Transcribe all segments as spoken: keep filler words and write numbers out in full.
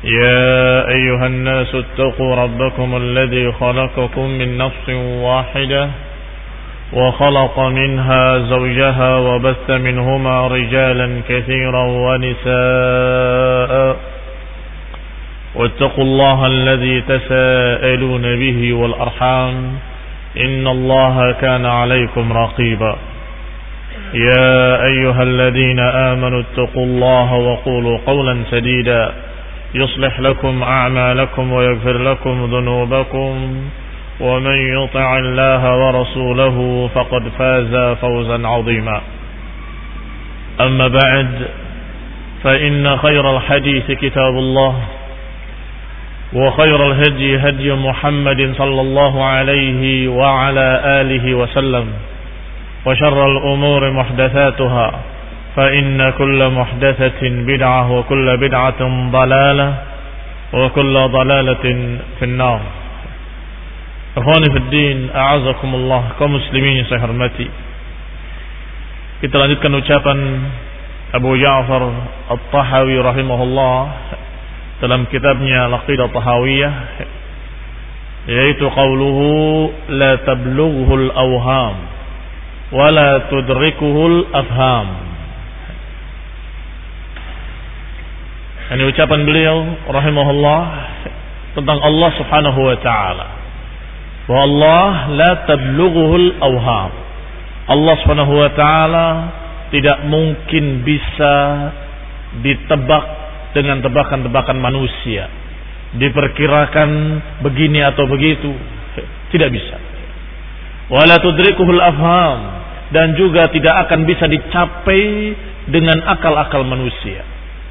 يا أيها الناس اتقوا ربكم الذي خلقكم من نفس واحدة وخلق منها زوجها وبث منهما رجالا كثيرا ونساء واتقوا الله الذي تساءلون به والأرحام إن الله كان عليكم رقيبا يا أيها الذين آمنوا اتقوا الله وقولوا قولا سديدا يصلح لكم أعمالكم ويغفر لكم ذنوبكم ومن يطع الله ورسوله فقد فاز فوزا عظيما أما بعد فإن خير الحديث كتاب الله وخير الهدي هدي محمد صلى الله عليه وعلى آله وسلم وشر الأمور محدثاتها فإن كل محدثة بدعة وكل بدعة ضلالة وكل ضلالة في النار. Ikhwani fi din, a'azakumullah, kaum muslimin saya hormati. Kita lanjutkan ucapan Abu Ja'far At-Tahawi rahimahullah dalam kitabnya Al-Aqidah Tahawiyah, yaitu qauluhu la tablughu al-awham wa la tudrikuhu al-afham. Ini ucapan beliau rahimahullah tentang Allah Subhanahu wa taala. Wa Allah la tablughuhu al-awham. Allah Subhanahu wa taala tidak mungkin bisa ditebak dengan tebakan-tebakan manusia. Diperkirakan begini atau begitu, tidak bisa. Wa la tudrikuhu al-afham, dan juga tidak akan bisa dicapai dengan akal-akal manusia.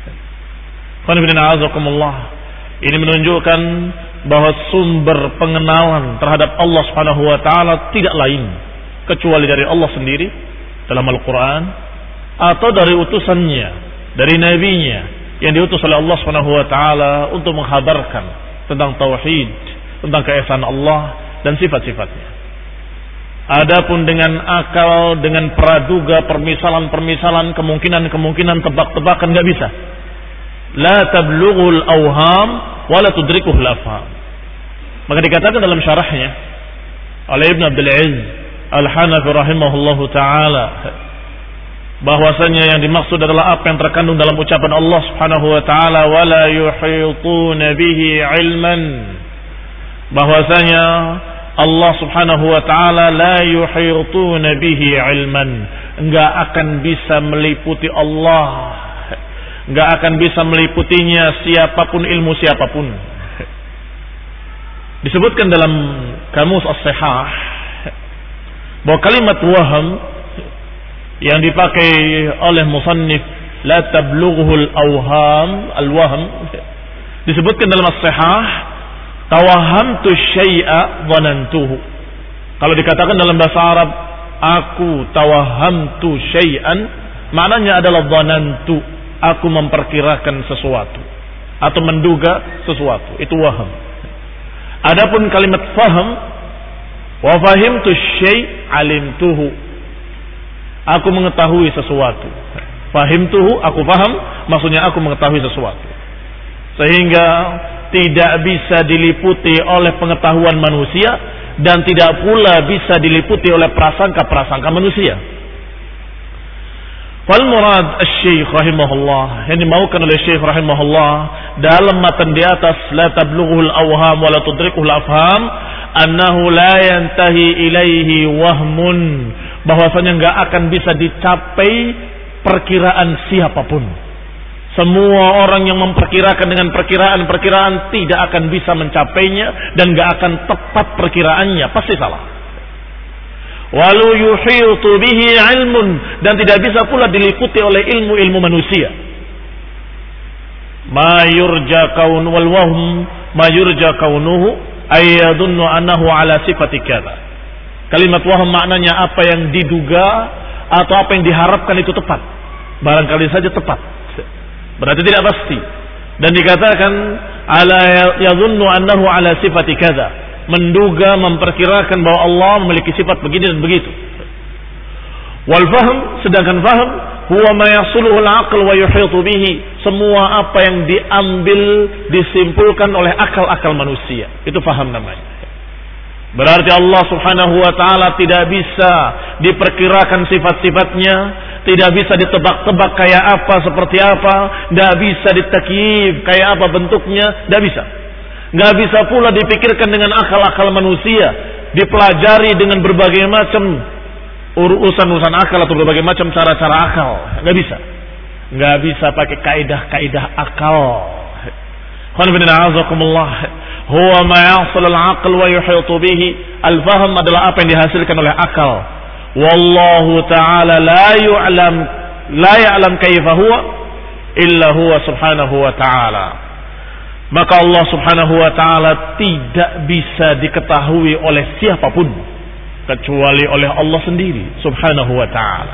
Ini menunjukkan bahwa sumber pengenalan terhadap Allah Subhanahu wa taala tidak lain kecuali dari Allah sendiri dalam Al-Qur'an atau dari utusannya, dari nabinya yang diutus oleh Allah Subhanahu wa taala untuk menghabarkan tentang tauhid, tentang keesaan Allah dan sifat-sifatnya. Adapun dengan akal, dengan praduga, permisalan-permisalan, kemungkinan-kemungkinan, tebak-tebakan enggak bisa. La tablughul awham wa la tudrikuhul afham. Maka dikatakan dalam syarahnya oleh Ibn Abdul Aziz Al-Hanafi rahimahullahu taala bahwasanya yang dimaksud adalah apa yang terkandung dalam ucapan Allah Subhanahu wa taala wa la yuhituna bihi ilman, bahwasanya Allah Subhanahu wa taala la yuhituna bihi ilman, enggak akan bisa meliputi Allah, enggak akan bisa meliputinya siapapun, ilmu siapapun. Disebutkan dalam Kamus As-Sihah bahwa kalimat waham yang dipakai oleh musannif la tablughuhul awham, al-wahm, disebutkan dalam As-Sihah tawahamtu syai'a dhanantuhu. Kalau dikatakan dalam bahasa Arab aku tawahamtu syai'an, maknanya adalah dhanantu, aku memperkirakan sesuatu atau menduga sesuatu, itu waham. Adapun kalimat faham, wa fahimtu syai' alimtuhu, aku mengetahui sesuatu. Fahimtuhu, aku faham, maksudnya aku mengetahui sesuatu. Sehingga tidak bisa diliputi oleh pengetahuan manusia dan tidak pula bisa diliputi oleh prasangka-prasangka manusia. Wal murad asy-syekh rahimahullah, yang dimaukan oleh syekh rahimahullah dalam matan di atas la tablughul awham wa la tudrikuhul afham, annahu la yantahi ilaihi wahmun, bahwasanya enggak akan bisa dicapai perkiraan siapapun. Semua orang yang memperkirakan dengan perkiraan-perkiraan tidak akan bisa mencapainya dan enggak akan tepat perkiraannya, pasti salah. Walau yuhitu bihi ilmun, dan tidak bisa pula diliputi oleh ilmu-ilmu manusia. Ma yurja kaun wal wahm ma yurja kaunuhu ay yadhunnu annahu ala sifati kadza. Kalimat wahm maknanya apa yang diduga atau apa yang diharapkan itu tepat. Barangkali saja tepat, berarti tidak pasti. Dan dikatakan ala yadhunnu annahu ala sifati kadza, menduga, memperkirakan bahwa Allah memiliki sifat begini dan begitu. Wal fahm, sedangkan faham huwa ma yasuluhu al-aql wa yuhitu bihi. Semua apa yang diambil, disimpulkan oleh akal-akal manusia. Itu faham namanya. Berarti Allah subhanahu wa ta'ala tidak bisa diperkirakan sifat-sifatnya, tidak bisa ditebak-tebak kayak apa, seperti apa, tidak bisa ditakyif kayak apa bentuknya, tidak bisa. Tidak bisa pula dipikirkan dengan akal-akal manusia, dipelajari dengan berbagai macam urusan-urusan akal atau berbagai macam cara-cara akal. Tidak bisa. Tidak bisa pakai kaidah-kaidah akal. Huwa ma yahsul al-aql wa yuhitu bihi. Al-fahm adalah apa yang dihasilkan oleh akal. Wallahu ta'ala la yu'lam la ya'lam kaifa huwa illa huwa subhanahu wa ta'ala. Maka Allah subhanahu wa ta'ala tidak bisa diketahui oleh siapapun kecuali oleh Allah sendiri subhanahu wa ta'ala.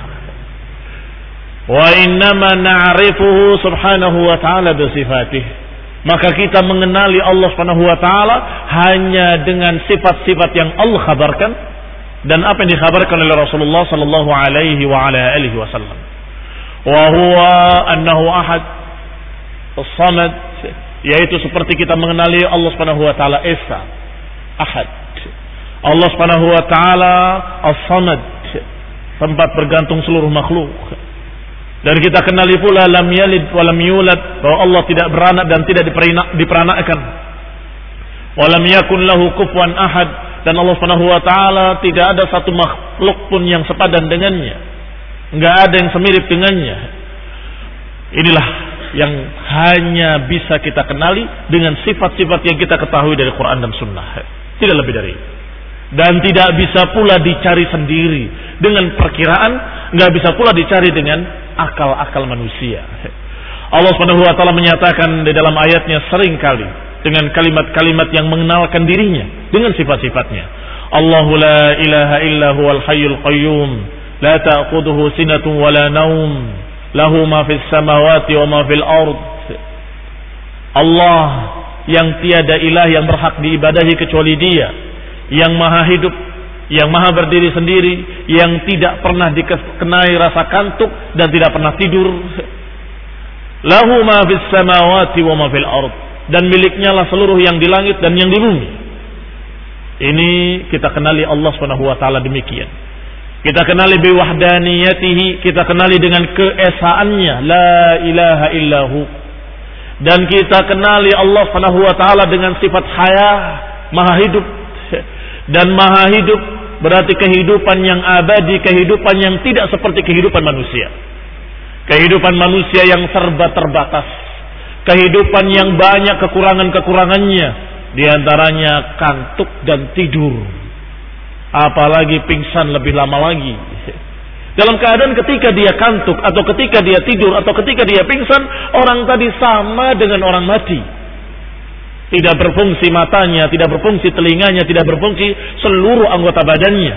Wa innama na'rifuhu subhanahu wa ta'ala bi sifatihi. Maka kita mengenali Allah Subhanahu wa taala hanya dengan sifat-sifat yang Allah khabarkan dan apa yang dikhabarkan oleh Rasulullah sallallahu alaihi wa ala alihi wasallam. Wa huwa annahu ahad, as-samad, yaitu seperti kita mengenali Allah Subhanahu wa taala esa, ahad. Allah Subhanahu wa taala as-samad, tempat bergantung seluruh makhluk. Dan kita kenali pula lam yalid wa lam yulad, bahwa Allah tidak beranak dan tidak diperanakkan. Wa lam yakun lahu kufuwan ahad, dan Allah Subhanahu wa taala tidak ada satu makhluk pun yang sepadan dengannya. Enggak ada yang semirip dengannya. Inilah yang hanya bisa kita kenali dengan sifat-sifat yang kita ketahui dari Quran dan Sunnah. Tidak lebih dari itu. Dan tidak bisa pula dicari sendiri dengan perkiraan, nggak bisa pula dicari dengan akal-akal manusia. Allah Subhanahu wa taala menyatakan di dalam ayatnya sering kali dengan kalimat-kalimat yang mengenalkan dirinya dengan sifat-sifatnya. Allahu la ilaha illa huwal hayyul qayyum, la ta'khudhuhu sinatun wa la naum, lahu ma fis samawati wa ma fil ard. Allah yang tiada ilah yang berhak diibadahi kecuali Dia, yang maha hidup, yang maha berdiri sendiri, yang tidak pernah dikenai rasa kantuk dan tidak pernah tidur. Lahu ma fis samawati wa ma fil ard, dan miliknya lah seluruh yang di langit dan yang di bumi. Ini kita kenali Allah Subhanahu wa taala demikian. Kita kenali bi wahdaniyatihi, kita kenali dengan keesaannya, la ilaha illahu. Dan kita kenali Allah Subhanahu wa taala dengan sifat haya, maha hidup. Dan maha hidup berarti kehidupan yang abadi, kehidupan yang tidak seperti kehidupan manusia. Kehidupan manusia yang serba terbatas, kehidupan yang banyak kekurangan-kekurangannya, di antaranya kantuk dan tidur, apalagi pingsan lebih lama lagi. Dalam keadaan ketika dia kantuk atau ketika dia tidur atau ketika dia pingsan, orang tadi sama dengan orang mati. Tidak berfungsi matanya, tidak berfungsi telinganya, tidak berfungsi seluruh anggota badannya.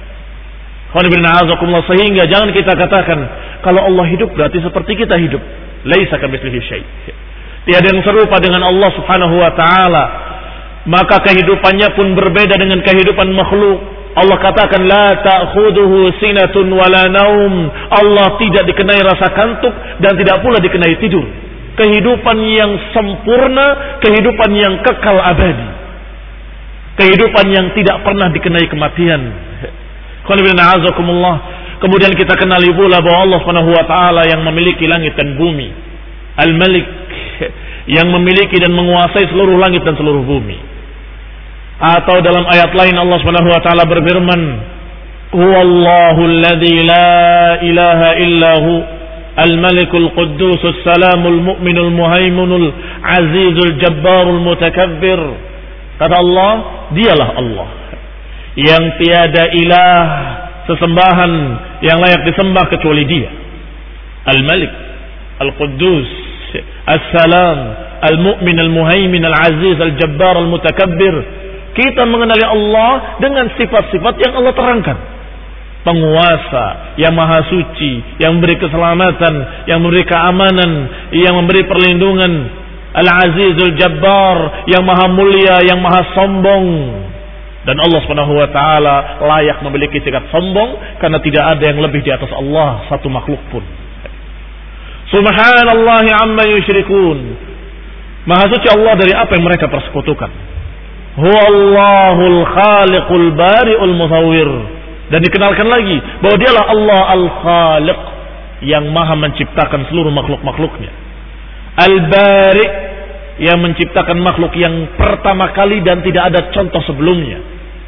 Sehingga jangan kita katakan kalau Allah hidup berarti seperti kita hidup. Laisa kamitslihi syai'. Tiada yang serupa dengan Allah Subhanahu wa taala. Maka kehidupannya pun berbeda dengan kehidupan makhluk. Allah katakan la ta'khuduhu sinatun wala naum. Allah tidak dikenai rasa kantuk dan tidak pula dikenai tidur. Kehidupan yang sempurna, kehidupan yang kekal abadi, kehidupan yang tidak pernah dikenai kematian. Kemudian kita kenali pula bahwa Allah Subhanahu wa taala yang memiliki langit dan bumi, Al-Malik, yang memiliki dan menguasai seluruh langit dan seluruh bumi. Atau dalam ayat lain Allah Subhanahu wa taala berfirman, "Huwallahu alladzi la ilaha illahu Al-Malikul Quddusus Salamul Mu'minul Muhaimunul Azizul Jabbarul Mutakabbir." Kata Allah, dialah Allah yang tiada ilah sesembahan yang layak disembah kecuali Dia. Al-Malik, Al-Quddus, As-Salam, Al-Mu'min, Al-Muhaimin, Al-Aziz, Al-Jabbar, Al-Mutakabbir. Kita mengenali Allah dengan sifat-sifat yang Allah terangkan. Penguasa yang maha suci, yang memberi keselamatan, yang memberi keamanan, yang memberi perlindungan. Al-Azizul Jabbar, yang maha mulia, yang maha sombong. Dan Allah Subhanahu wa taala layak memiliki sikap sombong karena tidak ada yang lebih di atas Allah satu makhluk pun. Subhanallahi amma yusyrikun. Maha suci Allah dari apa yang mereka persekutukan. Huwallahul khaliqul bari'ul musawwir. Dan dikenalkan lagi bahwa dialah Allah al-khaliq yang maha menciptakan seluruh makhluk-makhluknya. Al-bari' yang menciptakan makhluk yang pertama kali dan tidak ada contoh sebelumnya.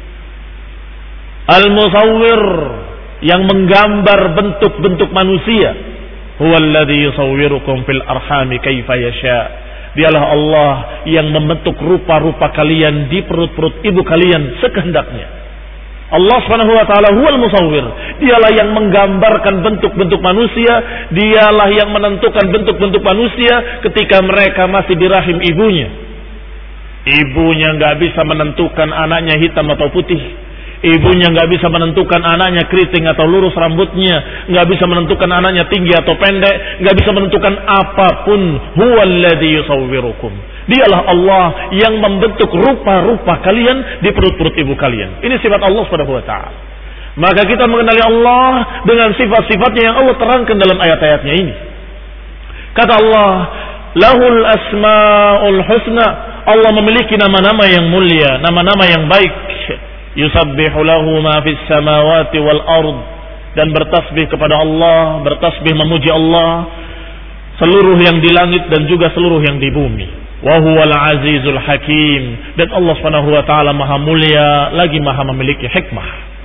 Al-musawwir yang menggambar bentuk-bentuk manusia. Huwallazi yusawwirukum fil arhami kaifa yasha. Dialah Allah yang membentuk rupa-rupa kalian di perut-perut ibu kalian sekehendaknya. Allah Subhanahu wa taala huwal musawwir. Dialah yang menggambarkan bentuk-bentuk manusia, dialah yang menentukan bentuk-bentuk manusia ketika mereka masih di rahim ibunya. Ibunya enggak bisa menentukan anaknya hitam atau putih. Ibunya enggak bisa menentukan anaknya keriting atau lurus rambutnya, enggak bisa menentukan anaknya tinggi atau pendek, enggak bisa menentukan apapun. Huwallazi yusawwirukum. Dialah Allah yang membentuk rupa-rupa kalian di perut-perut ibu kalian. Ini sifat Allah Subhanahu wa taala. Maka kita mengenali Allah dengan sifat-sifatnya yang Allah terangkan dalam ayat-ayatnya ini. Kata Allah, Lahul asmaul husna. Allah memiliki nama-nama yang mulia, nama-nama yang baik. Yusabbihu lahu ma fis samawati wal ard. Dan bertasbih kepada Allah, bertasbih memuji Allah seluruh yang di langit dan juga seluruh yang di bumi. Wa huwal azizul hakim. Dan Allah Subhanahu wa taala maha mulia lagi maha memiliki hikmah.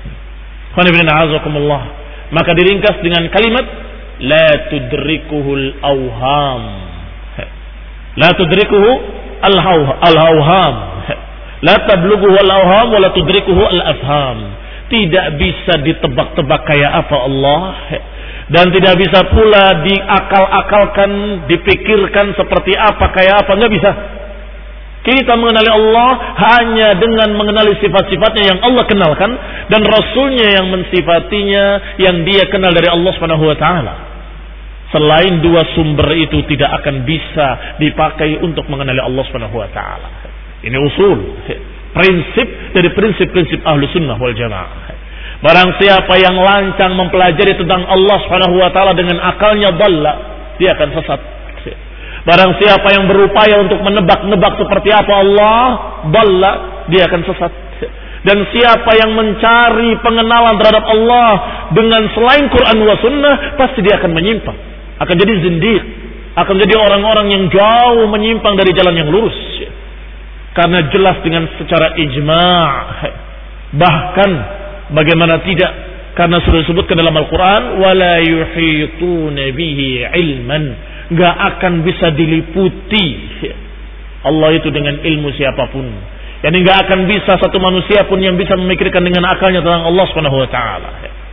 Maka diringkas dengan kalimat la tudrikuhul awham. La tudrikuhu al-awham. La tablughuhu al-awham wa la tudrikuhu al-afham. Tidak bisa ditebak-tebak kayak apa Allah, dan tidak bisa pula diakal-akalkan, dipikirkan seperti apa, kayak apa, nggak bisa. Kita mengenali Allah hanya dengan mengenali sifat-sifatnya yang Allah kenalkan dan Rasulnya yang mensifatinya, yang dia kenal dari Allah Subhanahu wa taala. Selain dua sumber itu tidak akan bisa dipakai untuk mengenali Allah Subhanahu wa taala. Ini usul, prinsip dari prinsip-prinsip ahlu sunnah wal jamaah. Barang siapa yang lancang mempelajari tentang Allah Subhanahu wa taala dengan akalnya, dhalla, dia akan sesat. Barang siapa yang berupaya untuk menebak-nebak seperti apa Allah, dhalla, dia akan sesat. Dan siapa yang mencari pengenalan terhadap Allah dengan selain Quran wa sunnah, pasti dia akan menyimpang, akan jadi zindiq, akan jadi orang-orang yang jauh menyimpang dari jalan yang lurus. Karena jelas dengan secara ijma', bahkan bagaimana tidak, karena sudah disebutkan dalam Al-Quran, wala yuhituna bihi ilman, gak akan bisa diliputi Allah itu dengan ilmu siapapun. Yani gak akan bisa satu manusia pun yang bisa memikirkan dengan akalnya tentang Allah Subhanahu wa taala.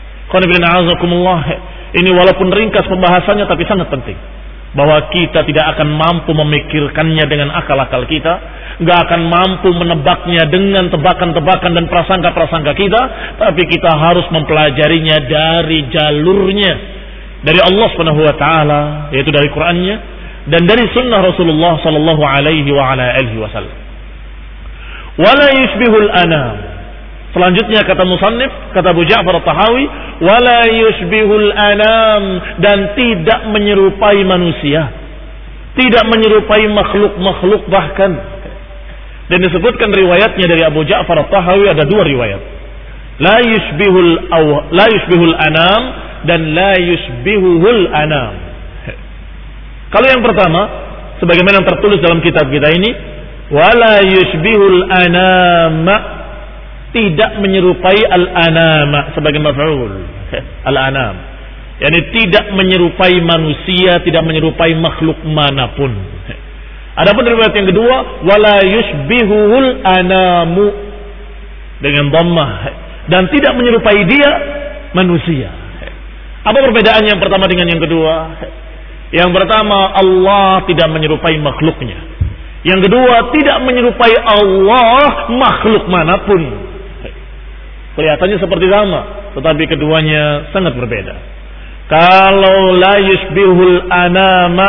Ini walaupun ringkas pembahasannya tapi sangat penting, bahwa kita tidak akan mampu memikirkannya dengan akal-akal kita, gak akan mampu menebaknya dengan tebakan-tebakan dan prasangka-prasangka kita, tapi kita harus mempelajarinya dari jalurnya, dari Allah Subhanahu wa taala, yaitu dari Qur'annya dan dari sunnah Rasulullah sallallahu alaihi wa ala alihi wasallam. Wala yushbihul anam. Selanjutnya kata musannif, kata Abu Ja'far At-Tahawi, wala yushbihul anam, dan tidak menyerupai manusia, tidak menyerupai makhluk-makhluk bahkan. Dan disebutkan riwayatnya dari Abu Ja'far At-Tahawi ada dua riwayat. La yushbihul aw la yushbihul anam dan la yushbihuhul anam. Kalau yang pertama, sebagaimana yang tertulis dalam kitab kita ini, wala yushbihul anam, tidak menyerupai al-anam sebagai maf'ul. Al-anam, yakni tidak menyerupai manusia, tidak menyerupai makhluk manapun. Adapun riwayat yang kedua, wala yushbihuhul anamu dengan dhammah, dan tidak menyerupai dia manusia. Apa perbedaannya yang pertama dengan yang kedua? Yang pertama, Allah tidak menyerupai makhluknya. Yang kedua, tidak menyerupai Allah makhluk manapun. Kelihatannya seperti sama, tetapi keduanya sangat berbeda. Kalau la yushbihul anama,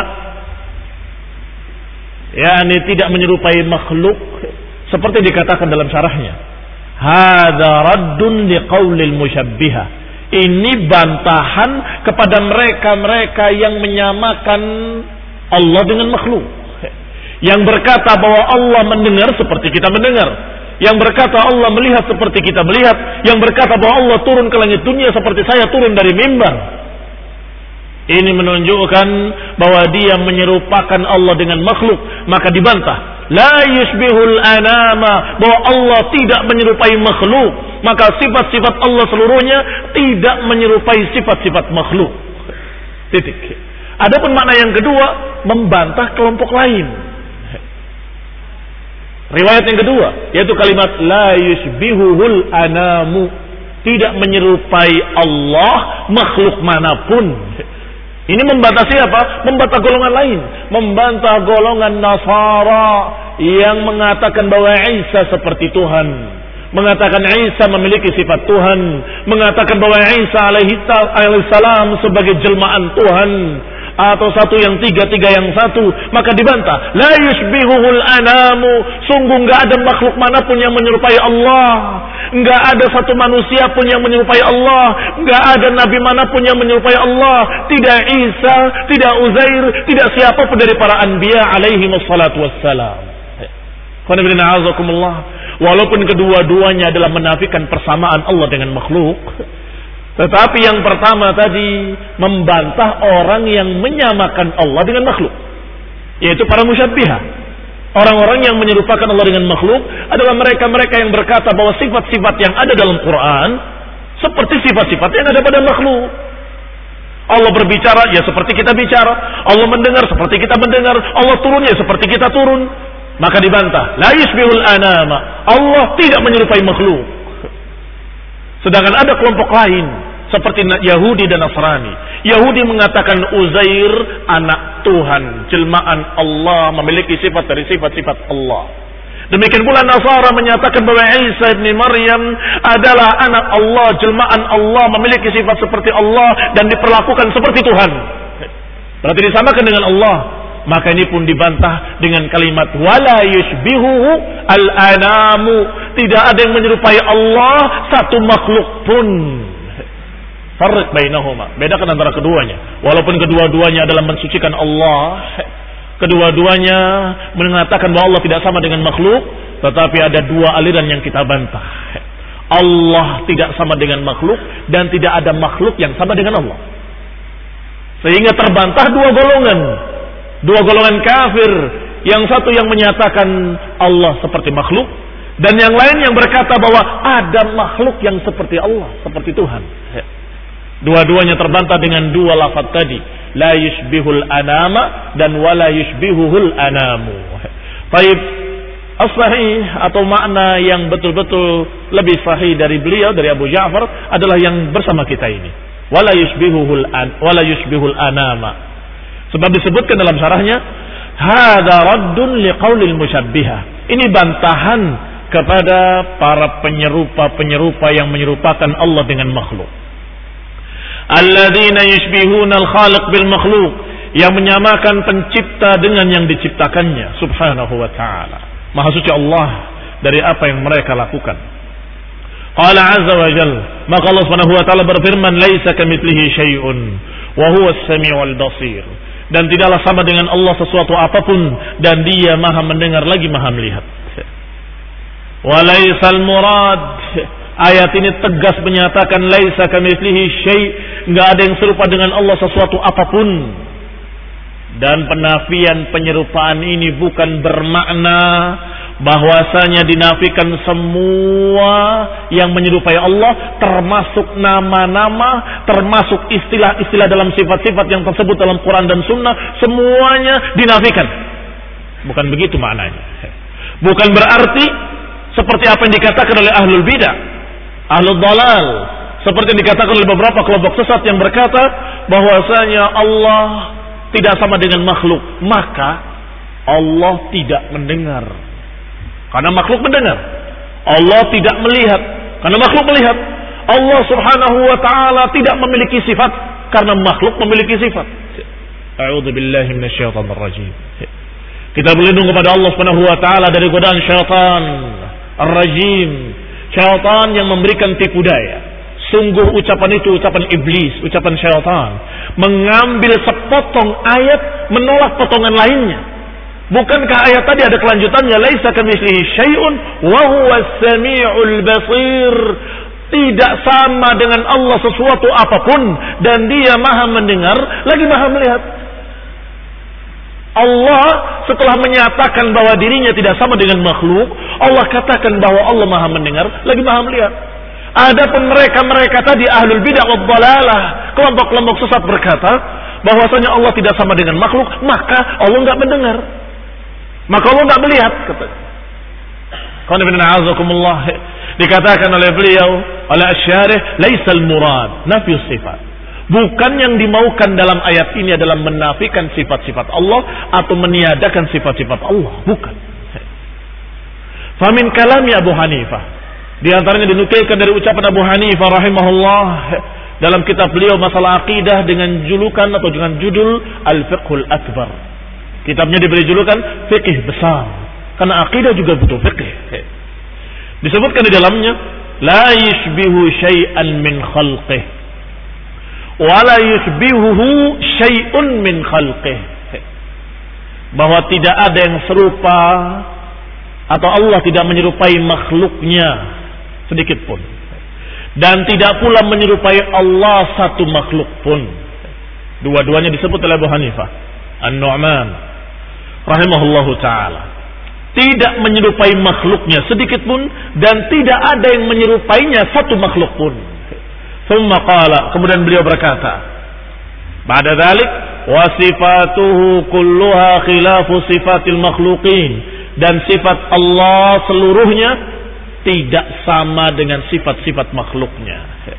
yakni tidak menyerupai makhluk, seperti dikatakan dalam syarahnya, hadza raddun liqaulil musyabbihah. Ini bantahan kepada mereka-mereka yang menyamakan Allah dengan makhluk. Yang berkata bahwa Allah mendengar seperti kita mendengar. Yang berkata Allah melihat seperti kita melihat. Yang berkata bahwa Allah turun ke langit dunia seperti saya turun dari mimbar. Ini menunjukkan bahwa dia menyerupakan Allah dengan makhluk. Maka dibantah. La yushbihul anama, bahwa Allah tidak menyerupai makhluk. Maka sifat-sifat Allah seluruhnya tidak menyerupai sifat-sifat makhluk. Titik. Adapun makna yang kedua, membantah kelompok lain. Riwayat yang kedua, yaitu kalimat la yushbihuhul anamu, tidak menyerupai Allah makhluk manapun. Ini membantah siapa? Membantah golongan lain. Membantah golongan Nasara yang mengatakan bahwa Isa seperti Tuhan. Mengatakan Isa memiliki sifat Tuhan. Mengatakan bahwa Isa alaihissalam sebagai jelmaan Tuhan. Atau satu yang tiga, tiga yang satu. Maka dibantah. La yushbihuhul anamu. Sungguh enggak ada makhluk manapun yang menyerupai Allah. Enggak ada satu manusia pun yang menyerupai Allah. Enggak ada nabi manapun yang menyerupai Allah. Tidak Isa, tidak Uzair, tidak siapapun dari para anbiya alaihi wassalatu wassalam. Walaupun kedua-duanya adalah menafikan persamaan Allah dengan makhluk, tetapi yang pertama tadi membantah orang yang menyamakan Allah dengan makhluk, yaitu para musyabbihah. Orang-orang yang menyerupakan Allah dengan makhluk adalah mereka-mereka yang berkata bahwa sifat-sifat yang ada dalam Quran seperti sifat-sifat yang ada pada makhluk. Allah berbicara ya seperti kita bicara, Allah mendengar seperti kita mendengar, Allah turun ya seperti kita turun. Maka dibantah, la yushbihul anama, Allah tidak menyerupai makhluk. Sedangkan ada kelompok lain seperti Yahudi dan Nasrani. Yahudi mengatakan Uzair anak Tuhan, jelmaan Allah, memiliki sifat dari sifat-sifat Allah. Demikian pula Nasara menyatakan bahwa Isa ibn Maryam adalah anak Allah, jelmaan Allah, memiliki sifat seperti Allah dan diperlakukan seperti Tuhan. Berarti disamakan dengan Allah. Maka ini pun dibantah dengan kalimat wala yushbihuhu al-anamu, tidak ada yang menyerupai Allah satu makhluk pun. Farq bainahuma, bedakan antara keduanya. Walaupun kedua-duanya adalah mensucikan Allah, kedua-duanya mengatakan bahwa Allah tidak sama dengan makhluk, tetapi ada dua aliran yang kita bantah. Allah tidak sama dengan makhluk dan tidak ada makhluk yang sama dengan Allah. Sehingga terbantah dua golongan. Dua golongan kafir, yang satu yang menyatakan Allah seperti makhluk, dan yang lain yang berkata bahwa ada makhluk yang seperti Allah, seperti Tuhan. Dua-duanya terbantah dengan dua lafaz tadi, la yushbihul anama dan wala yushbihuhul anamu. Baik, as-sahih atau makna yang betul-betul lebih sahih dari beliau, dari Abu Ja'far, adalah yang bersama kita ini, wala yushbihuhul an wala yushbihul anama. Sebab disebutkan dalam syarahnya, hadza raddun liqaulil musyabbihah. Ini bantahan kepada para penyerupa-penyerupa yang menyerupakan Allah dengan makhluk. Alladzina yushbihuna al-khaliq bil makhluk, yang menyamakan pencipta dengan yang diciptakannya subhanahu wa ta'ala. Maha suci Allah dari apa yang mereka lakukan. Qala azza wa jalla, maka Allah subhanahu wa ta'ala berfirman, laisa kamitslihi syai'un wa huwa as-sami'ul basir. Dan tidaklah sama dengan Allah sesuatu apapun, dan dia maha mendengar lagi maha melihat. Walaisal murad, ayat ini tegas menyatakan laisa kamitslihi syai', enggak ada yang serupa dengan Allah sesuatu apapun. Dan penafian penyerupaan ini bukan bermakna bahwasanya dinafikan semua yang menyerupai Allah, termasuk nama-nama, termasuk istilah-istilah dalam sifat-sifat yang tersebut dalam Quran dan Sunnah, semuanya dinafikan. Bukan begitu maknanya. Bukan berarti seperti apa yang dikatakan oleh ahlul bidah, ahlul dalal, seperti yang dikatakan oleh beberapa kelompok sesat yang berkata bahwasanya Allah tidak sama dengan makhluk, maka Allah tidak mendengar karena makhluk mendengar. Allah tidak melihat karena makhluk melihat. Allah subhanahu wa ta'ala tidak memiliki sifat karena makhluk memiliki sifat. A'udzubillahi minasyaitonir rajim. Kita berlindung kepada Allah subhanahu wa ta'ala dari godaan syaitan ar-rajim, syaitan yang memberikan tipu daya, Sungguh ucapan itu ucapan iblis, ucapan syaitan. Mengambil sepotong ayat, menolak potongan lainnya. Bukankah ayat tadi ada kelanjutannya? Laisa kamitslihi syai'un wa huwas samiul basir. Tidak sama dengan Allah sesuatu apapun, dan Dia Maha mendengar lagi Maha melihat. Allah setelah menyatakan bahwa dirinya tidak sama dengan makhluk, Allah katakan bahwa Allah Maha mendengar lagi Maha melihat. Adapun mereka-mereka tadi ahlul bid'ah wad dhalalah, kelompok-kelompok sesat berkata bahwasanya Allah tidak sama dengan makhluk, maka Allah enggak mendengar. Maka Allah enggak melihat, kata. Qul inna a'udzukumullah, dikatakan oleh beliau, oleh asy-syarih, laisal murad nafyus sifat. Bukan yang dimaukan dalam ayat ini adalah menafikan sifat-sifat Allah atau meniadakan sifat-sifat Allah, bukan. Fa min kalami Abu Hanifah, di antaranya dinukilkan dari ucapan Abu Hanifah rahimahullah dalam kitab beliau masalah akidah dengan julukan atau dengan judul Al-Fiqhul Akbar. Kitabnya diberi julukan Fiqh Besar, karena akidah juga butuh fiqh. Disebutkan di dalamnya, la yushbihu syai'an min khalqih wa la yushbihuhu syai'un min khalqih. Bahwa tidak ada yang serupa atau Allah tidak menyerupai makhluknya sedikit pun, dan tidak pula menyerupai Allah satu makhluk pun. Dua-duanya disebut oleh Abu Hanifah An-Nu'man rahimahullahu ta'ala. Tidak menyerupai makhluknya sedikit pun, dan tidak ada yang menyerupainya satu makhluk pun. Thumma qala, kemudian beliau berkata, ba'da dzalik, wa sifatuhu kulluha khilafu sifatil makhluqin, dan sifat Allah seluruhnya tidak sama dengan sifat-sifat makhluknya.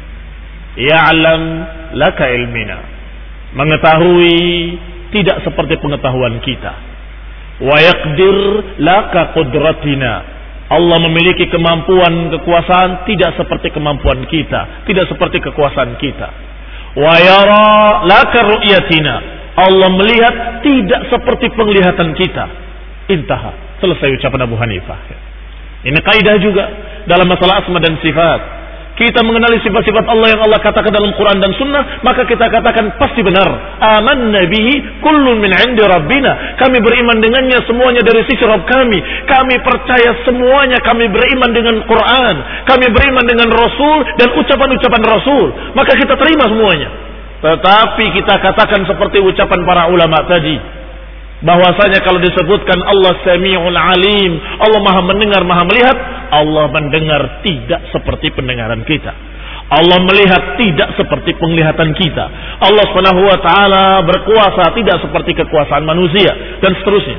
Ya'lam laka ilmina, mengetahui tidak seperti pengetahuan kita. Wa yaqdir laka qudratina, Allah memiliki kemampuan, kekuasaan tidak seperti kemampuan kita, tidak seperti kekuasaan kita. Wa yara laka ru'yatina, Allah melihat tidak seperti penglihatan kita. Intaha, selesai ucapan Abu Hanifah. Ini kaidah juga dalam masalah asma dan sifat. Kita mengenali sifat-sifat Allah yang Allah katakan dalam Quran dan Sunnah, maka kita katakan pasti benar. Amanna bihi kullun min 'indi rabbina. Kami beriman dengannya semuanya dari sisi Rabb kami. Kami percaya semuanya, kami beriman dengan Quran, kami beriman dengan Rasul dan ucapan-ucapan Rasul. Maka kita terima semuanya. Tetapi kita katakan seperti ucapan para ulama tadi, bahwasanya kalau disebutkan Allah Sami'ul Alim, Allah Maha mendengar, Maha melihat, Allah mendengar tidak seperti pendengaran kita. Allah melihat tidak seperti penglihatan kita. Allah Subhanahu wa taala berkuasa tidak seperti kekuasaan manusia, dan seterusnya.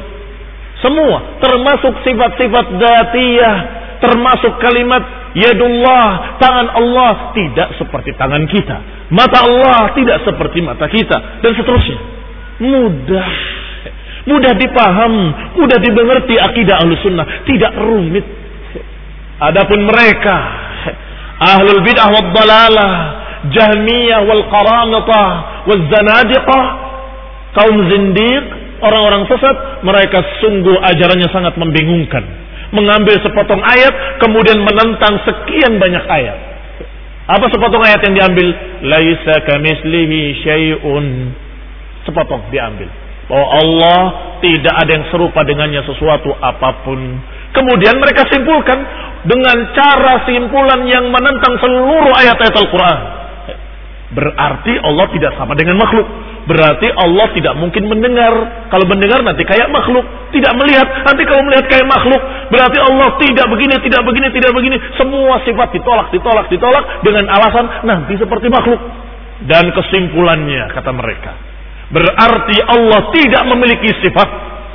Semua termasuk sifat-sifat dzatiyah, termasuk kalimat yadullah, tangan Allah tidak seperti tangan kita. Mata Allah tidak seperti mata kita, dan seterusnya. Mudah Mudah dipaham, mudah dimengerti akidah Ahlus Sunnah, tidak rumit. Adapun mereka ahlul bid'ah wad dhalalah, Jahmiyah wal Qaramithah wal Zanadiqah, kaum zindiq, orang-orang sesat, mereka sungguh ajarannya sangat membingungkan. Mengambil sepotong ayat kemudian menentang sekian banyak ayat. Apa sepotong ayat yang diambil? Laisa kamitslihi syai'un. Sepotong diambil. Oh Allah tidak ada yang serupa dengannya sesuatu apapun. Kemudian mereka simpulkan dengan cara simpulan yang menentang seluruh ayat-ayat Al-Quran. Berarti Allah tidak sama dengan makhluk. Berarti Allah tidak mungkin mendengar. Kalau mendengar nanti kayak makhluk. Tidak melihat, nanti kalau melihat kayak makhluk. Berarti Allah tidak begini, tidak begini, tidak begini. Semua sifat ditolak, ditolak, ditolak dengan alasan nanti seperti makhluk. Dan kesimpulannya kata mereka, berarti Allah tidak memiliki sifat.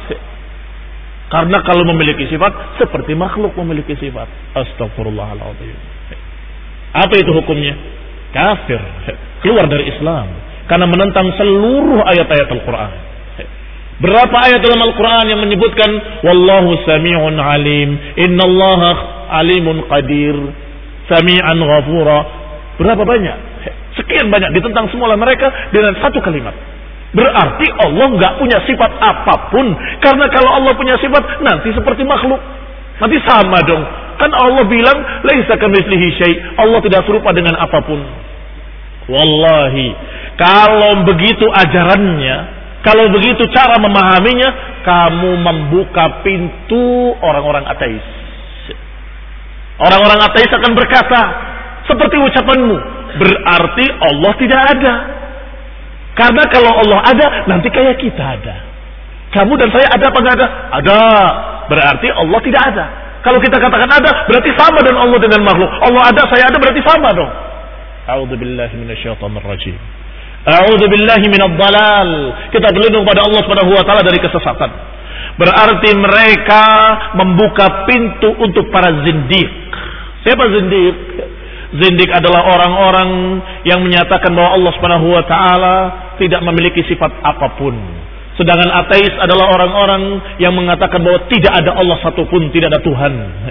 Karena kalau memiliki sifat seperti makhluk memiliki sifat. Astagfirullahaladzim. Apa itu hukumnya? Kafir, keluar dari Islam karena menentang seluruh ayat-ayat Al-Quran. Berapa ayat dalam Al-Quran yang menyebutkan wallahu sami'un alim, innallaha alimun qadir, sami'an ghafura? Berapa banyak? Sekian banyak ditentang semua mereka dengan satu kalimat. Berarti Allah nggak punya sifat apapun. Karena kalau Allah punya sifat nanti seperti makhluk, nanti sama dong Kan Allah bilang laisa kamitslihi syai'. Allah tidak serupa dengan apapun. Wallahi, kalau begitu ajarannya, kalau begitu cara memahaminya, kamu membuka pintu orang-orang ateis. Orang-orang ateis akan berkata seperti ucapanmu, berarti Allah tidak ada. Karena kalau Allah ada, nanti kayak kita ada. Kamu dan saya ada apa enggak ada? Ada. Berarti Allah tidak ada. Kalau kita katakan ada, berarti sama dengan Allah dengan makhluk. Allah ada, saya ada, berarti sama dong. A'udzubillahi minasyaitonir rajim. A'udzubillahi minadh dhalal. Kita berlindung pada Allah Subhanahu wa taala dari kesesatan. Berarti mereka membuka pintu untuk para zindiq. Siapa zindiq? Zindiq adalah orang-orang yang menyatakan bahwa Allah Subhanahu wa taala tidak memiliki sifat apapun. Sedangkan ateis adalah orang-orang yang mengatakan bahwa tidak ada Allah satupun, tidak ada Tuhan.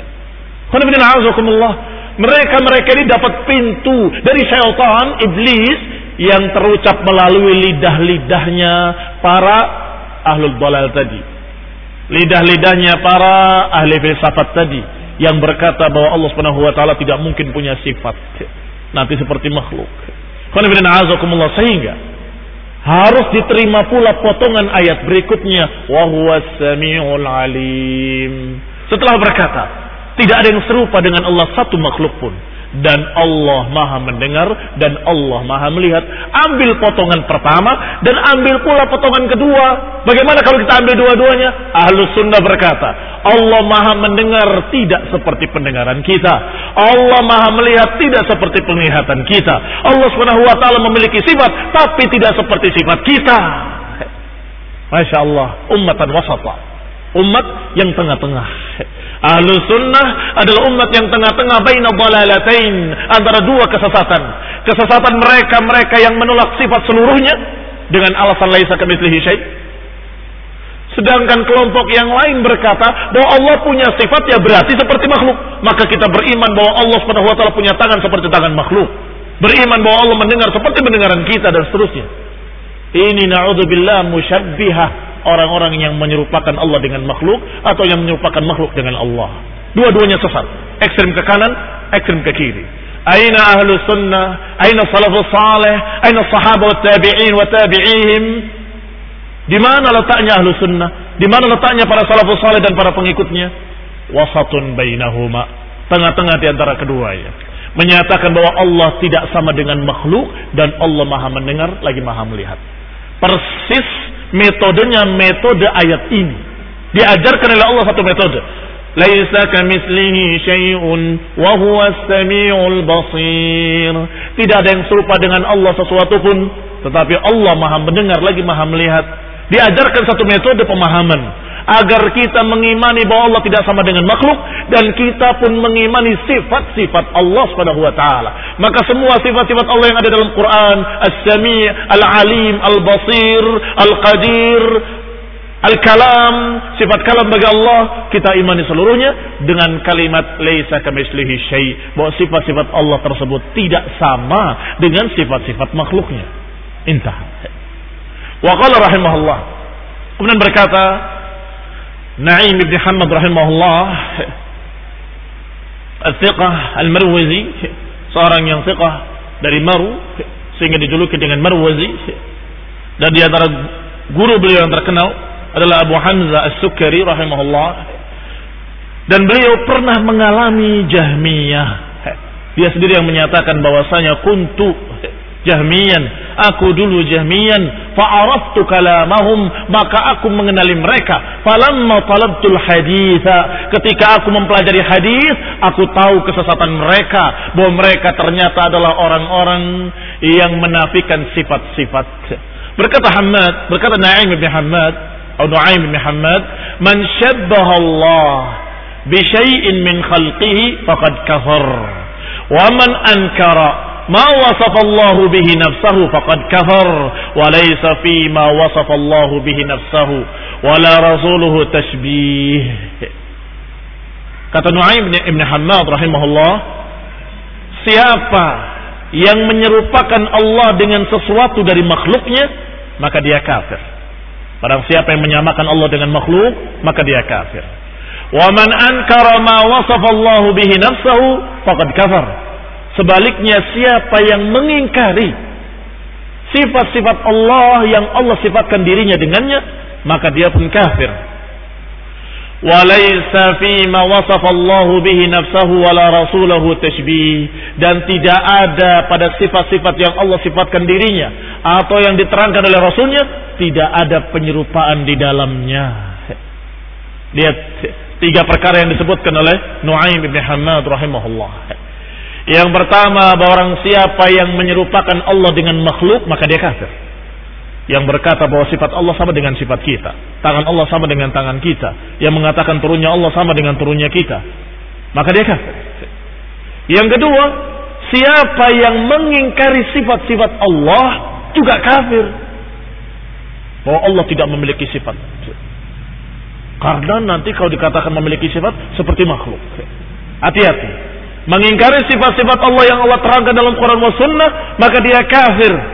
Mereka-mereka ini dapat pintu dari syaitan, iblis, yang terucap melalui lidah-lidahnya para ahlul dhalal tadi. Lidah-lidahnya para ahli filsafat tadi, yang berkata bahwa Allah Subhanahu wa taala tidak mungkin punya sifat nanti seperti makhluk. Sehingga harus diterima pula potongan ayat berikutnya, wa huwas samiul alim. Setelah berkata tidak ada yang serupa dengan Allah satu makhluk pun, dan Allah maha mendengar dan Allah maha melihat. Ambil potongan pertama dan ambil pula potongan kedua. Bagaimana kalau kita ambil dua-duanya? Ahlus sunnah berkata Allah maha mendengar tidak seperti pendengaran kita, Allah maha melihat tidak seperti penglihatan kita. Allah subhanahu wa ta'ala memiliki sifat tapi tidak seperti sifat kita. Masya Allah, ummatan wasata, umat yang tengah-tengah. Ahlus sunnah adalah umat yang tengah-tengah baina dhalalatain, antara dua kesesatan. Kesesatan mereka-mereka yang menolak sifat seluruhnya dengan alasan laisa kamitslihi syai'. Sedangkan kelompok yang lain berkata bahwa Allah punya sifat ya berarti seperti makhluk. Maka kita beriman bahwa Allah Subhanahu wa taala punya tangan seperti tangan makhluk. Beriman bahwa Allah mendengar seperti pendengaran kita dan seterusnya. Ini na'udzubillah musyabbihah, orang-orang yang menyerupakan Allah dengan makhluk atau yang menyerupakan makhluk dengan Allah. Dua-duanya sesat, ekstrem ke kanan, ekstrem ke kiri. Aina ahlus sunnah, aina salafus salih, aina sahabat wa tabi'in wa tabi'ihim. Di mana letaknya ahlus sunnah? Di mana letaknya para salafus salih dan para pengikutnya? Wasatun bainahuma, tengah-tengah di antara keduanya. Menyatakan bahwa Allah tidak sama dengan makhluk dan Allah maha mendengar lagi maha melihat. Persis metodenya metode ayat ini. Diajarkan oleh Allah satu metode. Laisa kamitslihi syai'un wa huwas samiul basir. Tidak ada yang serupa dengan Allah sesuatu pun, tetapi Allah maha mendengar lagi maha melihat. Diajarkan satu metode pemahaman agar kita mengimani bahwa Allah tidak sama dengan makhluk dan kita pun mengimani sifat-sifat Allah Subhanahu wa taala. Maka semua sifat-sifat Allah yang ada dalam Quran, As-Sami', Al-Alim, Al-Basir, Al-Qadir, Al-Kalam, sifat kalam bagi Allah, kita imani seluruhnya dengan kalimat laisa kamitslihi syai', bahwa sifat-sifat Allah tersebut tidak sama dengan sifat-sifat makhluknya. Intah. Wa qala rahimahullah, kemudian berkata Na'im ibn Hammad rahimahullah, al-thiqah al-Marwazi, seorang yang thiqah dari Maru sehingga dijuluki dengan Marwazi, dan di antara guru beliau yang terkenal adalah Abu Hamzah As-Sukkari rahimahullah, dan beliau pernah mengalami Jahmiyah. Dia sendiri yang menyatakan bahwasanya kuntu Jahmiyan, aku dulu Jahmiyan, fa'araftu kalamahum, maka aku mengenali mereka. Falamma talabtul haditha, ketika aku mempelajari hadis, aku tahu kesesatan mereka, bahwa mereka ternyata adalah orang-orang yang menafikan sifat-sifat. Berkata Hammad, berkata Na'im bin Hammad atau Nu'aim bin Hammad, man syabbaha Allah bi syai'in min khalqihi faqad kafar, wa man ankara ma wasafa Allah bihi nafsahu faqad kafar, wa laysa fi ma wasafa Allah bihi nafsahu wa la rasuluhu tashbih. Kata Nu'aim bin Hammad rahimahullah, siapa yang menyerupakan Allah dengan sesuatu dari makhluknya, maka dia kafir. Barang siapa yang menyamakan Allah dengan makhluk, maka dia kafir. Wa man ankara ma wasafa Allah bihi nafsahu faqad kafar. Sebaliknya siapa yang mengingkari sifat-sifat Allah yang Allah sifatkan dirinya dengannya, maka dia pun kafir. Walaysa fima wasafa Allah bihi nafsahu wala rasulahu tashbih, dan tidak ada pada sifat-sifat yang Allah sifatkan dirinya atau yang diterangkan oleh rasulnya tidak ada penyerupaan di dalamnya. Lihat tiga perkara yang disebutkan oleh Nu'aim bin Hammad rahimahullah. Yang pertama, bahwa orang siapa yang menyerupakan Allah dengan makhluk maka dia kafir. Yang berkata bahwa sifat Allah sama dengan sifat kita, tangan Allah sama dengan tangan kita, yang mengatakan turunnya Allah sama dengan turunnya kita, maka dia kafir. Yang kedua, siapa yang mengingkari sifat-sifat Allah juga kafir. Bahwa Allah tidak memiliki sifat. Karena nanti kalau dikatakan memiliki sifat seperti makhluk. Hati-hati. Mengingkari sifat-sifat Allah yang Allah terangkan dalam Quran wa Sunnah, maka dia kafir.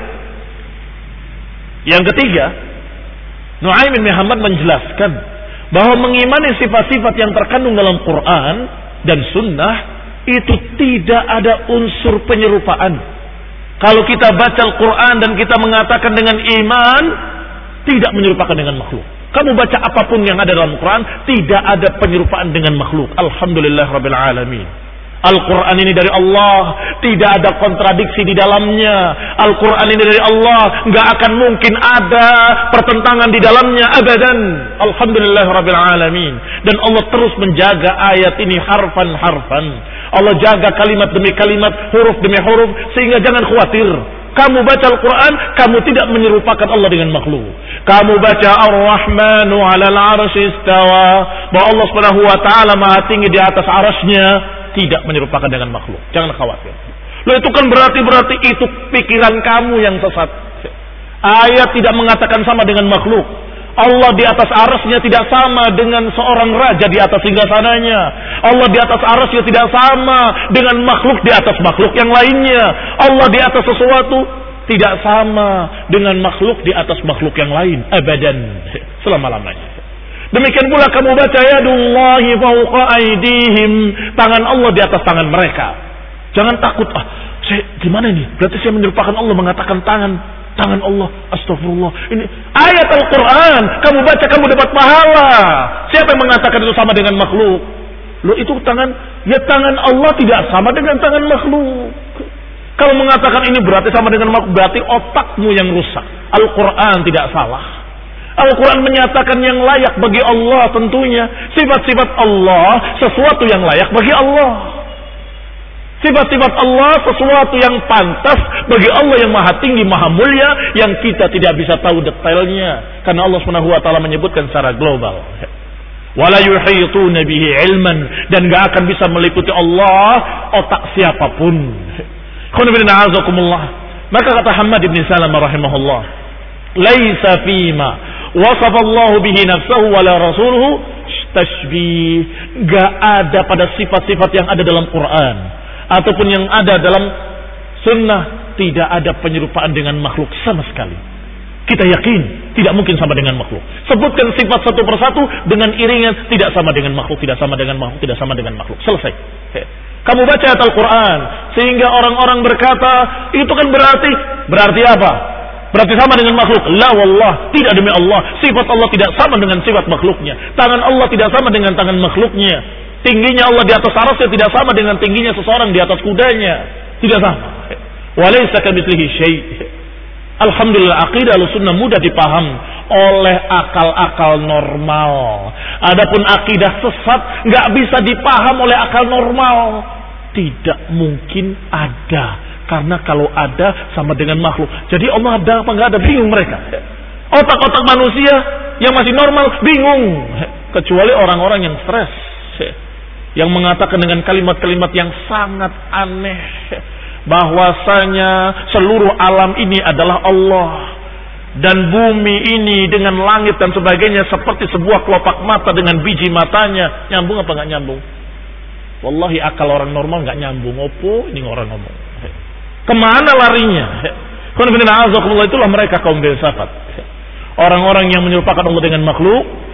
Yang ketiga, Nu'aim bin Muhammad menjelaskan bahwa mengimani sifat-sifat yang terkandung dalam Quran dan Sunnah itu tidak ada unsur penyerupaan. Kalau kita baca Al-Quran dan kita mengatakan dengan iman, tidak menyerupakan dengan makhluk. Kamu baca apapun yang ada dalam Quran, tidak ada penyerupaan dengan makhluk. Alhamdulillah Rabbil Alamin. Al-Quran ini dari Allah, tidak ada kontradiksi di dalamnya. Al-Quran ini dari Allah, nggak akan mungkin ada pertentangan di dalamnya abadan. Alhamdulillah Rabbil Alamin. Dan Allah terus menjaga ayat ini harfan-harfan. Allah jaga kalimat demi kalimat, huruf demi huruf, sehingga jangan khawatir. Kamu baca Al-Quran, kamu tidak menyerupakan Allah dengan makhluk. Kamu baca Ar-Rahmanu 'alal 'arsy istawa, bahwa Allah Subhanahu wa taala Maha tinggi di atas arasy-Nya, tidak menyerupakan dengan makhluk. Jangan khawatir. Loh, itu kan berarti berarti itu pikiran kamu yang sesat. Ayat tidak mengatakan sama dengan makhluk. Allah di atas arasy-Nya tidak sama dengan seorang raja di atas singgasananya. Allah di atas arasy-Nya tidak sama dengan makhluk di atas makhluk yang lainnya. Allah di atas sesuatu tidak sama dengan makhluk di atas makhluk yang lain. Abadan. Selama-lamanya. Demikian pula kamu baca yadullahi fawqa aydihim, tangan Allah di atas tangan mereka. Jangan takut, ah, saya gimana ini? Berarti saya menyerupakan Allah mengatakan tangan tangan Allah. Astagfirullah. Ini ayat Al-Qur'an, kamu baca kamu dapat pahala. Siapa yang mengatakan itu sama dengan makhluk? Loh, itu tangan, ya tangan Allah tidak sama dengan tangan makhluk. Kalau mengatakan ini berarti sama dengan makhluk, berarti otakmu yang rusak. Al-Qur'an tidak salah. Al-Quran menyatakan yang layak bagi Allah tentunya. Sifat-sifat Allah sesuatu yang layak bagi Allah. Sifat-sifat Allah sesuatu yang pantas bagi Allah yang maha tinggi, maha mulia, yang kita tidak bisa tahu detailnya. Karena Allah subhanahu wa taala menyebutkan secara global. Wala yuhituna bihi ilman, dan gak akan bisa meliputi Allah otak siapapun. Maka kata Hammad bin Salamah rahimahullah, laisa fima wasafa Allah bihi nafsahu wala rasuluhu tashbih. Gak ada pada sifat-sifat yang ada dalam Quran ataupun yang ada dalam sunnah, tidak ada penyerupaan dengan makhluk sama sekali. Kita yakin tidak mungkin sama dengan makhluk. Sebutkan sifat satu persatu dengan iringan, tidak sama dengan makhluk, tidak sama dengan makhluk, tidak sama dengan makhluk. Selesai. Kamu baca ayat Al-Quran sehingga orang-orang berkata itu kan berarti berarti apa? Berarti sama dengan makhluk. La wallah, tidak demi Allah. Sifat Allah tidak sama dengan sifat makhluknya. Tangan Allah tidak sama dengan tangan makhluknya. Tingginya Allah di atas arasy tidak sama dengan tingginya seseorang di atas kudanya. Tidak sama. Walaysa kamitslihi syai'. Alhamdulillah, aqidah Ahlussunnah mudah dipaham oleh akal-akal normal. Adapun akidah sesat nggak bisa dipaham oleh akal normal. Tidak mungkin ada. Karena kalau ada sama dengan makhluk. Jadi Allah ada apa enggak ada, bingung mereka. Otak-otak manusia yang masih normal bingung. Kecuali orang-orang yang stres, yang mengatakan dengan kalimat-kalimat yang sangat aneh, bahwasanya seluruh alam ini adalah Allah, dan bumi ini dengan langit dan sebagainya seperti sebuah kelopak mata dengan biji matanya. Nyambung apa enggak nyambung? Wallahi akal orang normal enggak nyambung. Opo ini orang ngomong. Kemana larinya? Itulah mereka kaum filsafat. Orang-orang yang menyerupakan Allah dengan makhluk,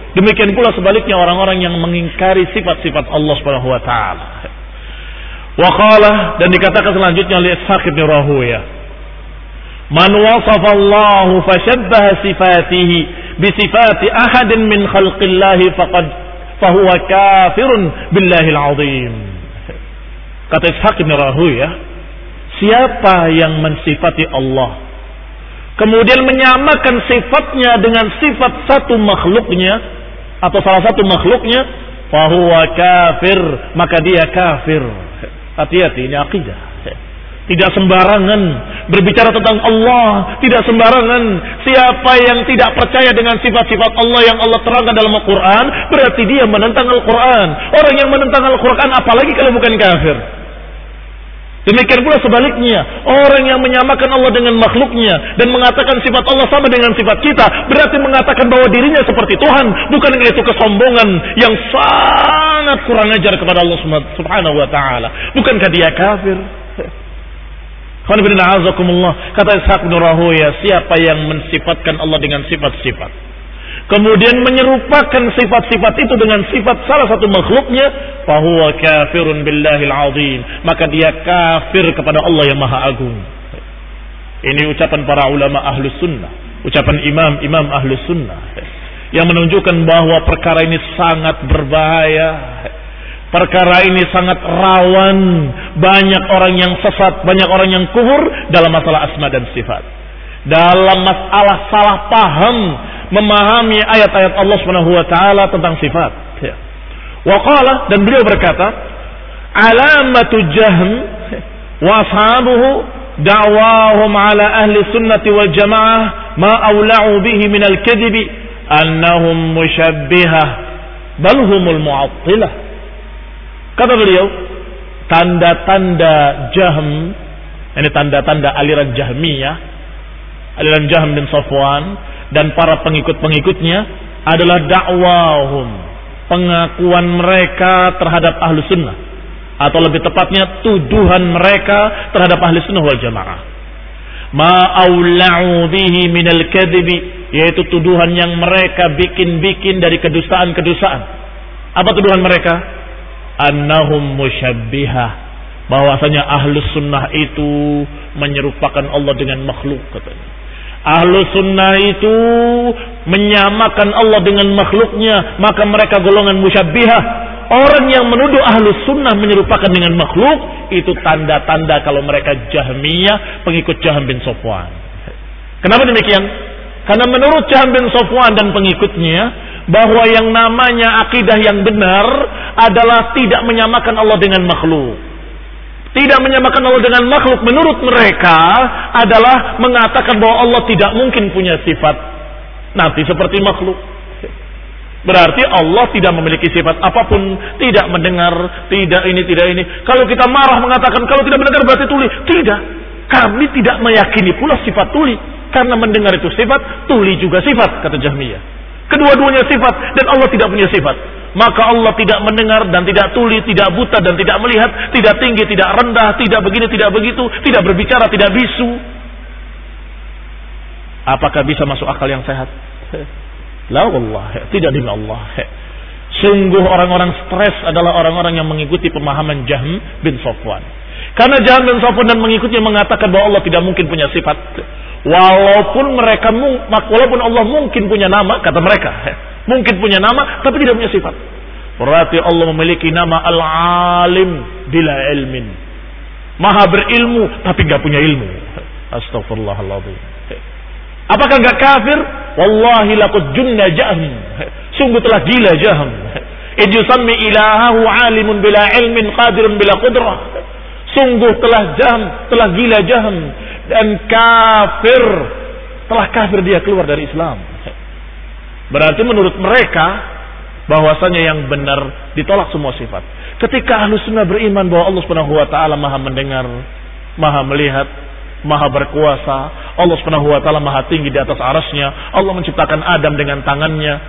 Demikian pula sebaliknya orang-orang yang mengingkari sifat-sifat Allah Subhanahu wa taala. Wa qala, dan dikatakan selanjutnya oleh Ishaq bin Rahuya, man wasafa Allah fashabbaha sifatihi bi sifati ahadin min khalqillahi faqad fahuwa kafirun billahil azim. Kata Ishaq bin Rahuya, siapa yang mensifati Allah kemudian menyamakan sifatnya dengan sifat satu makhluknya atau salah satu makhluknya, fahuwa kafir, maka dia kafir. Hati-hati, ini akidah. Tidak sembarangan berbicara tentang Allah, tidak sembarangan. Siapa yang tidak percaya dengan sifat-sifat Allah yang Allah terangkan dalam Al-Quran, berarti dia menentang Al-Quran. Orang yang menentang Al-Quran apalagi kalau bukan kafir. Demikian pula sebaliknya, orang yang menyamakan Allah dengan makhluknya dan mengatakan sifat Allah sama dengan sifat kita, berarti mengatakan bahwa dirinya seperti Tuhan. Bukan itu kesombongan yang sangat kurang ajar kepada Allah Subhanahu wa taala. Bukankah dia kafir? Kata Ishaq bin Rahuya, siapa yang mensifatkan Allah dengan sifat-sifat kemudian menyerupakan sifat-sifat itu dengan sifat salah satu makhluknya, fahuwa kafirun billahil azim, maka dia kafir kepada Allah yang maha agung. Ini ucapan para ulama ahlus sunnah, ucapan imam-imam ahlus sunnah, yang menunjukkan bahwa perkara ini sangat berbahaya. Perkara ini sangat rawan, banyak orang yang sesat, banyak orang yang kufur dalam masalah asma dan sifat. Dalam masalah salah paham memahami ayat-ayat Allah Subhanahu wa taala tentang sifat. Wa qala, dan beliau berkata, alamatu Jahm wa ashabuhu da'wahum ala ahli sunnati wal jamaah ma awla'u bihi min al-kadhib annahum musyabbihah bal humul mu'attilah. Kata beliau, tanda-tanda Jahm, ini tanda-tanda aliran Jahmiyah, aliran Jahm bin Safwan dan para pengikut-pengikutnya adalah dakwahum, pengakuan mereka terhadap ahlu sunnah, atau lebih tepatnya tuduhan mereka terhadap ahlu sunnah wal jamaah. Ma'aula'u bihi minal kadhibi, yaitu tuduhan yang mereka bikin-bikin dari kedustaan-kedustaan. Apa tuduhan mereka? Annahum musyabbihah, bahwasanya ahlu sunnah itu menyerupakan Allah dengan makhluk, katanya. Ahlu sunnah itu menyamakan Allah dengan makhluknya, maka mereka golongan musyabbihah. Orang yang menuduh ahlu sunnah menyerupakan dengan makhluk, itu tanda-tanda kalau mereka Jahmiyah, pengikut Jahm bin Safwan. Kenapa demikian? Karena menurut Jahm bin Safwan dan pengikutnya, bahwa yang namanya akidah yang benar adalah tidak menyamakan Allah dengan makhluk. Tidak menyamakan Allah dengan makhluk menurut mereka adalah mengatakan bahwa Allah tidak mungkin punya sifat nanti seperti makhluk. Berarti Allah tidak memiliki sifat apapun, tidak mendengar, tidak ini, tidak ini. Kalau kita marah mengatakan kalau tidak mendengar berarti tuli. Tidak. Kami tidak meyakini pula sifat tuli. Karena mendengar itu sifat, tuli juga sifat, kata Jahmiyah. Kedua-duanya sifat dan Allah tidak punya sifat. Maka Allah tidak mendengar dan tidak tuli, tidak buta dan tidak melihat, tidak tinggi, tidak rendah, tidak begini, tidak begitu, tidak berbicara, tidak bisu. Apakah bisa masuk akal yang sehat? La wallah, tidak demi Allah. Sungguh orang-orang stres adalah orang-orang yang mengikuti pemahaman Jahm bin Safwan. Karena Jahm bin Safwan dan mengikutnya mengatakan bahwa Allah tidak mungkin punya sifat. Walaupun mereka, walaupun Allah mungkin punya nama, kata mereka, mungkin punya nama, tapi tidak punya sifat. Berarti Allah memiliki nama Al-Alim bila ilmin, Maha berilmu, tapi nggak punya ilmu. Astagfirullahaladzim. Apakah nggak kafir? Wallahi laqad junna Jahm. Sungguh telah gila Jahm. Idh yusammi ilahahu alimun bila ilmin qadirun bila qudrah. Sungguh telah Jahm, telah gila Jahm dan kafir, telah kafir dia keluar dari Islam. Berarti menurut mereka bahwasanya yang benar ditolak semua sifat. Ketika ahlu sunnah beriman bahwa Allah subhanahu wa ta'ala maha mendengar, maha melihat, maha berkuasa, Allah subhanahu wa ta'ala maha tinggi di atas arasnya, Allah menciptakan Adam dengan tangannya,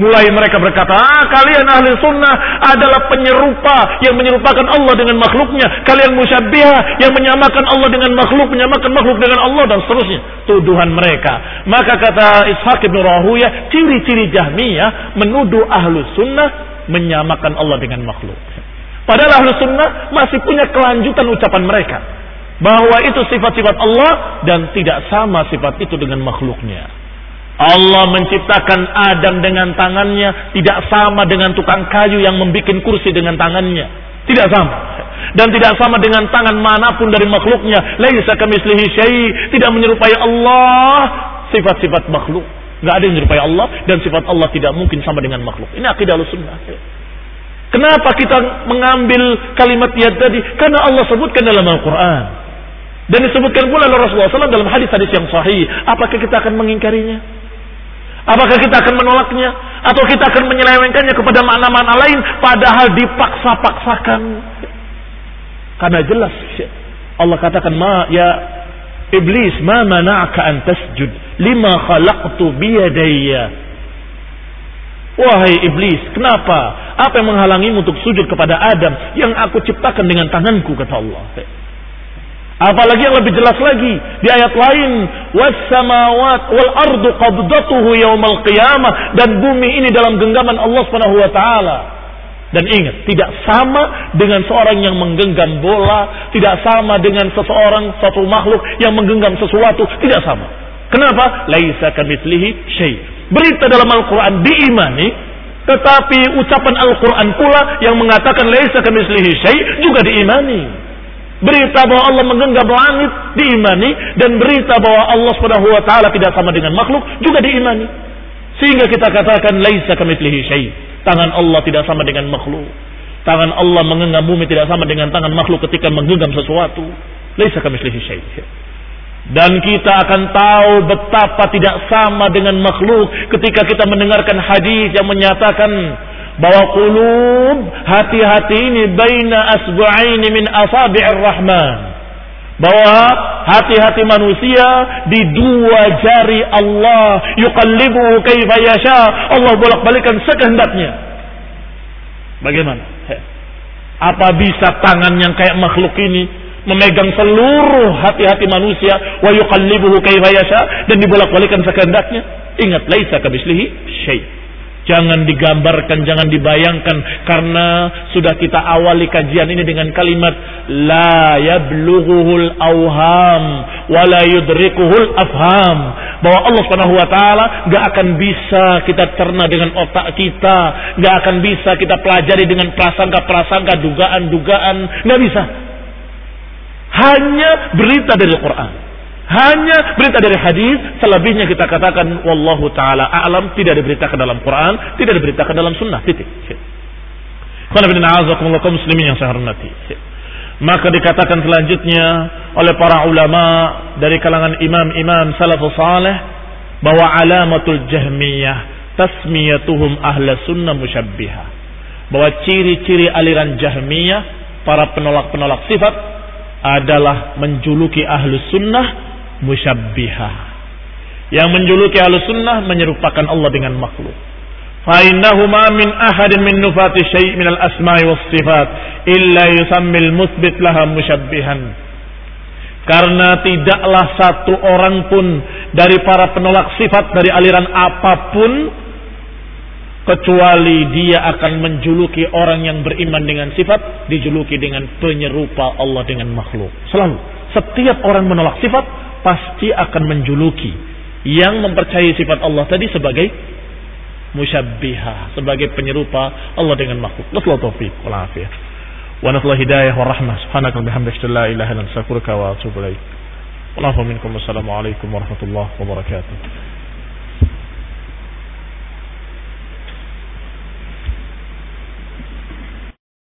Mulai mereka berkata, ah, kalian ahli sunnah adalah penyerupa yang menyerupakan Allah dengan makhluknya. Kalian musyabbihah yang menyamakan Allah dengan makhluk, menyamakan makhluk dengan Allah, dan seterusnya. Tuduhan mereka. Maka kata Ishaq ibn Rahuyah, ciri-ciri Jahmiyah menuduh ahli sunnah menyamakan Allah dengan makhluk. Padahal ahli sunnah masih punya kelanjutan ucapan mereka. Bahwa itu sifat-sifat Allah dan tidak sama sifat itu dengan makhluknya. Allah menciptakan Adam dengan tangannya tidak sama dengan tukang kayu yang membuat kursi dengan tangannya. Tidak sama. Dan tidak sama dengan tangan manapun dari makhluknya. Laisa kamitslihi syai', tidak menyerupai Allah sifat-sifat makhluk. Enggak ada yang menyerupai Allah dan sifat Allah tidak mungkin sama dengan makhluk. Ini akidah Ahlussunnah. Kenapa kita mengambil kalimat yad tadi? Karena Allah sebutkan dalam Al-Qur'an. Dan disebutkan pula oleh Rasulullah shallallahu alaihi wasallam dalam hadis-hadis yang sahih. Apakah kita akan mengingkarinya? Apakah kita akan menolaknya? Atau kita akan menyelewengkannya kepada makna-makna lain padahal dipaksa-paksakan? Karena jelas Allah katakan, ma ya iblis ma mana'aka an tasjud lima khalaqtu biyadayya. Wahai iblis, kenapa? Apa yang menghalangimu untuk sujud kepada Adam yang aku ciptakan dengan tanganku, kata Allah. Apalagi yang lebih jelas lagi di ayat lain, was samawat wal ardu qabdatuhu yaumal qiyamah, dan bumi ini dalam genggaman Allah Subhanahu wa taala. Dan ingat, tidak sama dengan seorang yang menggenggam bola, tidak sama dengan seseorang satu makhluk yang menggenggam sesuatu, tidak sama. Kenapa? Laisa kamitslihi syai'. Berita dalam Al-Qur'an diimani, tetapi ucapan Al-Qur'an pula yang mengatakan laisa kamitslihi syai' juga diimani. Berita bahwa Allah menggenggam langit diimani, dan berita bahwa Allah Subhanahu wa taala tidak sama dengan makhluk juga diimani. Sehingga kita katakan laisa kamitslihi syai'. Tangan Allah tidak sama dengan makhluk. Tangan Allah menggenggam bumi tidak sama dengan tangan makhluk ketika menggenggam sesuatu. Laisa kamitslihi syai'. Dan kita akan tahu betapa tidak sama dengan makhluk ketika kita mendengarkan hadis yang menyatakan bahwa qulub, hati-hati ini baina asbu'aini min asabi'ir rahman, bahwa hati-hati manusia di dua jari Allah, yuqallibu kaifa yasha, Allah bolak-balikan sekehendaknya. Bagaimana? Apa bisa tangan yang kayak makhluk ini memegang seluruh hati-hati manusia, wa yuqallibuhu kaifa yasha, dan dibolak-balikan sekehendaknya? Ingat, laisa kamitslihi syai'. Jangan digambarkan, jangan dibayangkan, karena sudah kita awali kajian ini dengan kalimat la yablughuhul awham wa la yudrikuhul afham, bahwa Allah Subhanahu wa taala enggak akan bisa kita cerna dengan otak kita, enggak akan bisa kita pelajari dengan prasangka-prasangka, dugaan-dugaan, enggak bisa. Hanya berita dari Al-Qur'an, hanya berita dari hadis, selebihnya kita katakan wallahu taala a'lam, tidak diberitakan dalam Quran, tidak diberitakan dalam sunnah, titik. Qul inna a'udzubikum muslimin yang saya hormati. Maka dikatakan selanjutnya oleh para ulama dari kalangan imam-imam salafus saleh bahwa alamatul jahmiyah tasmiyatuhum ahla sunnah musyabbihah, bahwa ciri-ciri aliran Jahmiyah, para penolak-penolak sifat, adalah menjuluki ahlu sunnah musyabbihah. Yang menjuluki ahlu sunnah menyerupakan Allah dengan makhluk. Fa innahu ma min ahadin min nufati syai' min al-asma'i was sifat illa yusammil mutsbit laha musyabbihan. Karena tidaklah satu orang pun dari para penolak sifat dari aliran apapun kecuali dia akan menjuluki orang yang beriman dengan sifat, dijuluki dengan penyerupa Allah dengan makhluk. Selalu setiap orang menolak sifat pasti akan menjuluki yang mempercayai sifat Allah tadi sebagai musyabbihah, sebagai penyerupa Allah dengan makhluk. Nasallahu taufiq wal afiyah wa nasallahu hidayah wa rahmah. Subhanaka wa bihamdika la ilaha illa anta astaghfiruka wa atubu ilaik. Wallahu minkum. Wassalamu alaikum warahmatullahi wabarakatuh.